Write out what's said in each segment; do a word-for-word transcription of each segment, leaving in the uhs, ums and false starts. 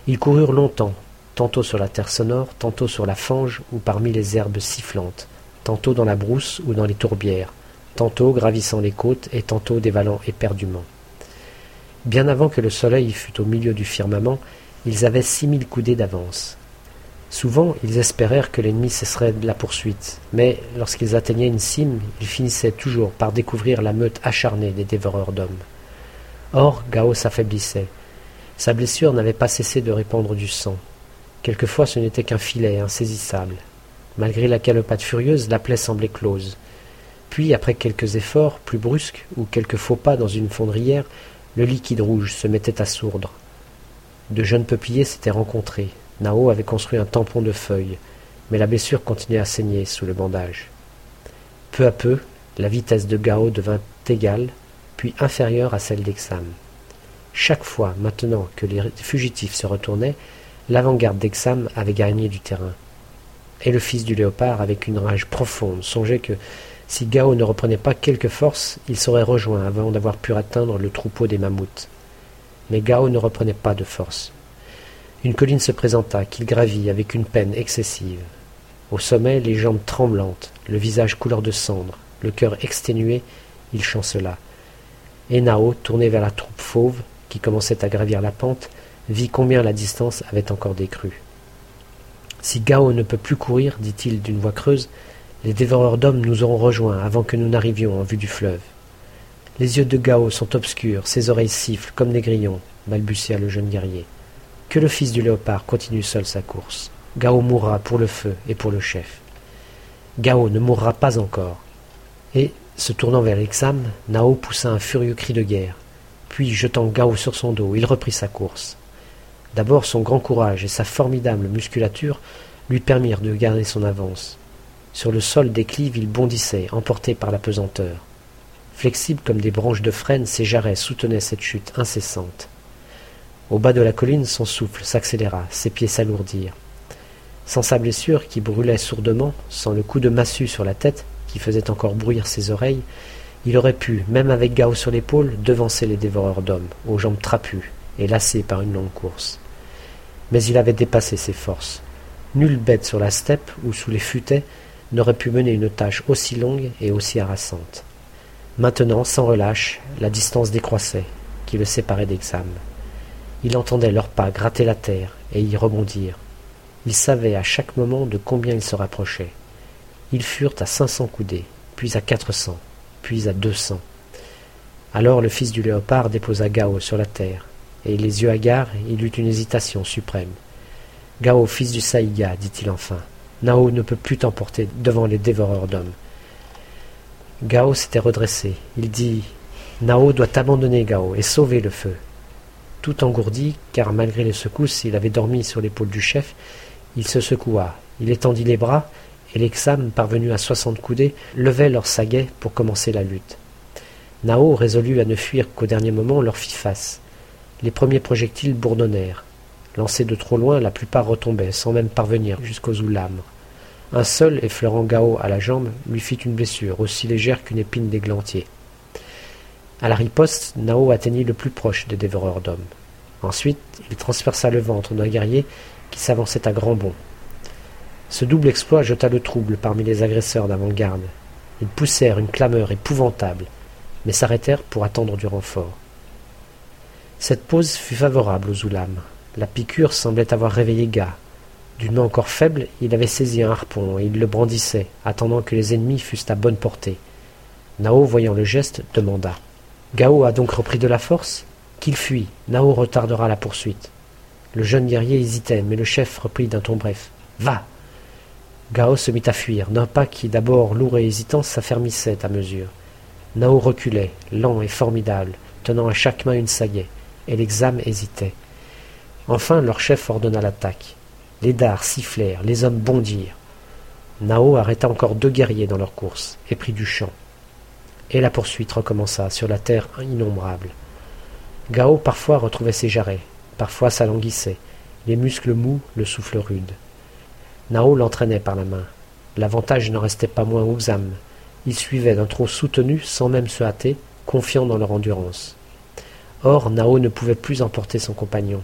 Ils coururent longtemps, tantôt sur la terre sonore, tantôt sur la fange ou parmi les herbes sifflantes, tantôt dans la brousse ou dans les tourbières, tantôt gravissant les côtes et tantôt dévalant éperdument. Bien avant que le soleil fût au milieu du firmament, ils avaient six mille coudées d'avance. Souvent, ils espérèrent que l'ennemi cesserait la poursuite, mais lorsqu'ils atteignaient une cime, ils finissaient toujours par découvrir la meute acharnée des dévoreurs d'hommes. Or, Gao s'affaiblissait. Sa blessure n'avait pas cessé de répandre du sang. Quelquefois, ce n'était qu'un filet insaisissable. Malgré la galopade furieuse, la plaie semblait close. Puis, après quelques efforts plus brusques ou quelques faux pas dans une fondrière, le liquide rouge se mettait à sourdre. De jeunes peupliers s'étaient rencontrés. Nao avait construit un tampon de feuilles, mais la blessure continuait à saigner sous le bandage. Peu à peu, la vitesse de Gao devint égale, puis inférieure à celle d'Exam. Chaque fois, maintenant que les fugitifs se retournaient, l'avant-garde d'Exam avait gagné du terrain. Et le fils du léopard, avec une rage profonde, songeait que, si Gao ne reprenait pas quelque force, il serait rejoint avant d'avoir pu atteindre le troupeau des mammouths. Mais Gao ne reprenait pas de force. Une colline se présenta, qu'il gravit avec une peine excessive. Au sommet, les jambes tremblantes, le visage couleur de cendre, le cœur exténué, il chancela. Et Nao, tourné vers la troupe fauve, qui commençait à gravir la pente, vit combien la distance avait encore décru. « Si Gao ne peut plus courir, dit-il d'une voix creuse, les dévoreurs d'hommes nous auront rejoints avant que nous n'arrivions en vue du fleuve. Les yeux de Gao sont obscurs, ses oreilles sifflent comme des grillons, balbutia le jeune guerrier. Que le fils du léopard continue seul sa course. Gao mourra pour le feu et pour le chef. Gao ne mourra pas encore. Et, se tournant vers Exam, Nao poussa un furieux cri de guerre. Puis, jetant Gao sur son dos, il reprit sa course. D'abord, son grand courage et sa formidable musculature lui permirent de garder son avance. Sur le sol déclive, il bondissait, emporté par la pesanteur. Flexible comme des branches de frêne, ses jarrets soutenaient cette chute incessante. Au bas de la colline, son souffle s'accéléra, ses pieds s'alourdirent. Sans sa blessure qui brûlait sourdement, sans le coup de massue sur la tête qui faisait encore bruire ses oreilles, il aurait pu, même avec Gao sur l'épaule, devancer les dévoreurs d'hommes, aux jambes trapues et lassés par une longue course. Mais il avait dépassé ses forces. Nulle bête sur la steppe ou sous les futaies n'aurait pu mener une tâche aussi longue et aussi harassante. Maintenant, sans relâche, la distance décroissait, qui le séparait d'Exam. Il entendait leurs pas gratter la terre et y rebondir. Il savait à chaque moment de combien ils se rapprochaient. Ils furent à cinq cents coudées, puis à quatre cents, puis à deux cents. Alors le fils du léopard déposa Gao sur la terre, et les yeux hagards, il eut une hésitation suprême. « Gao, fils du Saïga, dit-il enfin, Nao ne peut plus t'emporter devant les dévoreurs d'hommes. » Gao s'était redressé. Il dit « Nao doit abandonner Gao et sauver le feu. » Tout engourdi, car malgré les secousses, il avait dormi sur l'épaule du chef, il se secoua, il étendit les bras, et l'Exam, parvenu à soixante coudées, levait leurs saguets pour commencer la lutte. Nao, résolu à ne fuir qu'au dernier moment, leur fit face. Les premiers projectiles bourdonnèrent. Lancés de trop loin, la plupart retombaient, sans même parvenir jusqu'aux oulamres. Un seul, effleurant Gao à la jambe, lui fit une blessure, aussi légère qu'une épine d'églantier. À la riposte, Nao atteignit le plus proche des dévoreurs d'hommes. Ensuite, il transperça le ventre d'un guerrier qui s'avançait à grands bonds. Ce double exploit jeta le trouble parmi les agresseurs d'avant-garde. Ils poussèrent une clameur épouvantable, mais s'arrêtèrent pour attendre du renfort. Cette pause fut favorable aux oulamres. La piqûre semblait avoir réveillé Ga. D'une main encore faible, il avait saisi un harpon et il le brandissait, attendant que les ennemis fussent à bonne portée. Nao, voyant le geste, demanda « Gao a donc repris de la force ? Qu'il fuit, Nao retardera la poursuite. » Le jeune guerrier hésitait, mais le chef reprit d'un ton bref « Va !» Gao se mit à fuir, d'un pas qui, d'abord lourd et hésitant, s'affermissait à mesure. Nao reculait, lent et formidable, tenant à chaque main une sagaie, et l'Exam hésitait. Enfin, leur chef ordonna l'attaque. Les dards sifflèrent, les hommes bondirent. Nao arrêta encore deux guerriers dans leur course, et prit du champ. Et la poursuite recommença sur la terre innombrable. Gao parfois retrouvait ses jarrets, parfois s'alanguissait, les muscles mous, le souffle rude. Nao l'entraînait par la main. L'avantage n'en restait pas moins aux âmes. Ils suivaient d'un trot soutenu sans même se hâter, confiants dans leur endurance. Or, Nao ne pouvait plus emporter son compagnon.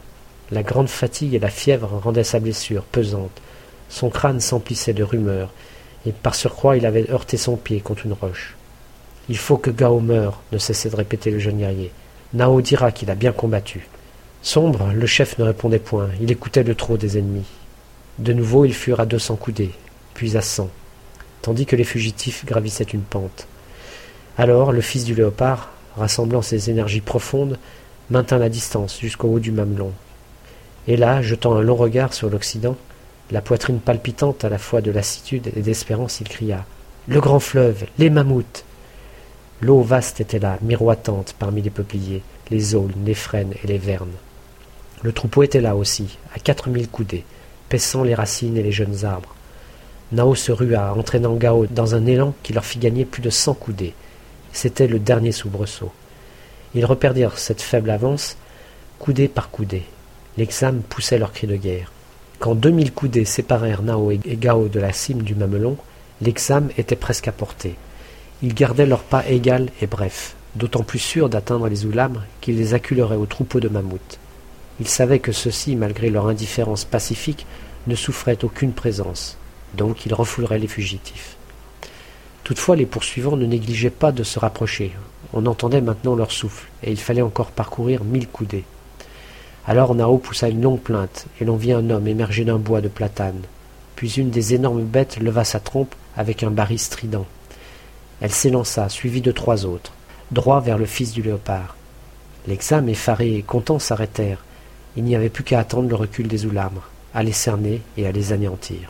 La grande fatigue et la fièvre rendaient sa blessure pesante. Son crâne s'emplissait de rumeurs, et par surcroît il avait heurté son pied contre une roche. « Il faut que Gao meure », ne cessait de répéter le jeune guerrier. « Nao dira qu'il a bien combattu. » Sombre, le chef ne répondait point, il écoutait le trot des ennemis. De nouveau ils furent à deux cents coudées, puis à cent, tandis que les fugitifs gravissaient une pente. Alors le fils du léopard, rassemblant ses énergies profondes, maintint la distance jusqu'au haut du mamelon. Et là, jetant un long regard sur l'Occident, la poitrine palpitante à la fois de lassitude et d'espérance, il cria « Le grand fleuve, les mammouths !» L'eau vaste était là, miroitante parmi les peupliers, les aulnes, les frênes et les vernes. Le troupeau était là aussi, à quatre mille coudées, paissant les racines et les jeunes arbres. Nao se rua, entraînant Gao dans un élan qui leur fit gagner plus de cent coudées. C'était le dernier soubresaut. Ils reperdirent cette faible avance, coudée par coudée. L'exam poussait leurs cris de guerre. Quand deux mille coudées séparèrent Nao et Gao de la cime du mamelon, l'exam était presque à portée. Ils gardaient leur pas égal et bref, d'autant plus sûrs d'atteindre les oulamres qu'ils les acculeraient au troupeau de mammouths. Ils savaient que ceux-ci, malgré leur indifférence pacifique, ne souffraient aucune présence, donc ils refouleraient les fugitifs. Toutefois, les poursuivants ne négligeaient pas de se rapprocher. On entendait maintenant leur souffle, et il fallait encore parcourir mille coudées. Alors Nao poussa une longue plainte, et l'on vit un homme émerger d'un bois de platane. Puis une des énormes bêtes leva sa trompe avec un baril strident. Elle s'élança, suivie de trois autres, droit vers le fils du léopard. L'exam, effaré et content, s'arrêtèrent. Il n'y avait plus qu'à attendre le recul des oulamres, à les cerner et à les anéantir.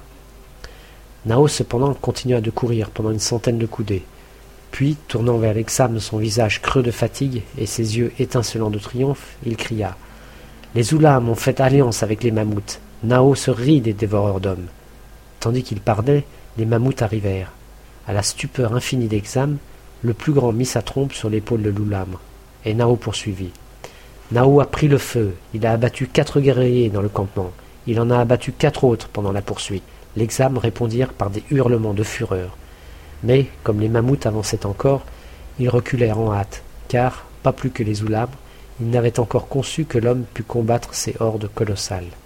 Nao, cependant, continua de courir pendant une centaine de coudées. Puis, tournant vers l'exam son visage creux de fatigue et ses yeux étincelants de triomphe, il cria « Les oulamres ont fait alliance avec les mammouths. Nao se rit des dévoreurs d'hommes. » Tandis qu'il parlait, les mammouths arrivèrent. À la stupeur infinie d'Exam, le plus grand mit sa trompe sur l'épaule de l'oulamre, et Nao poursuivit. Nao a pris le feu, il a abattu quatre guerriers dans le campement, il en a abattu quatre autres pendant la poursuite. L'exam répondirent par des hurlements de fureur. Mais, comme les mammouths avançaient encore, ils reculèrent en hâte, car, pas plus que les oulamres, ils n'avaient encore conçu que l'homme pût combattre ces hordes colossales.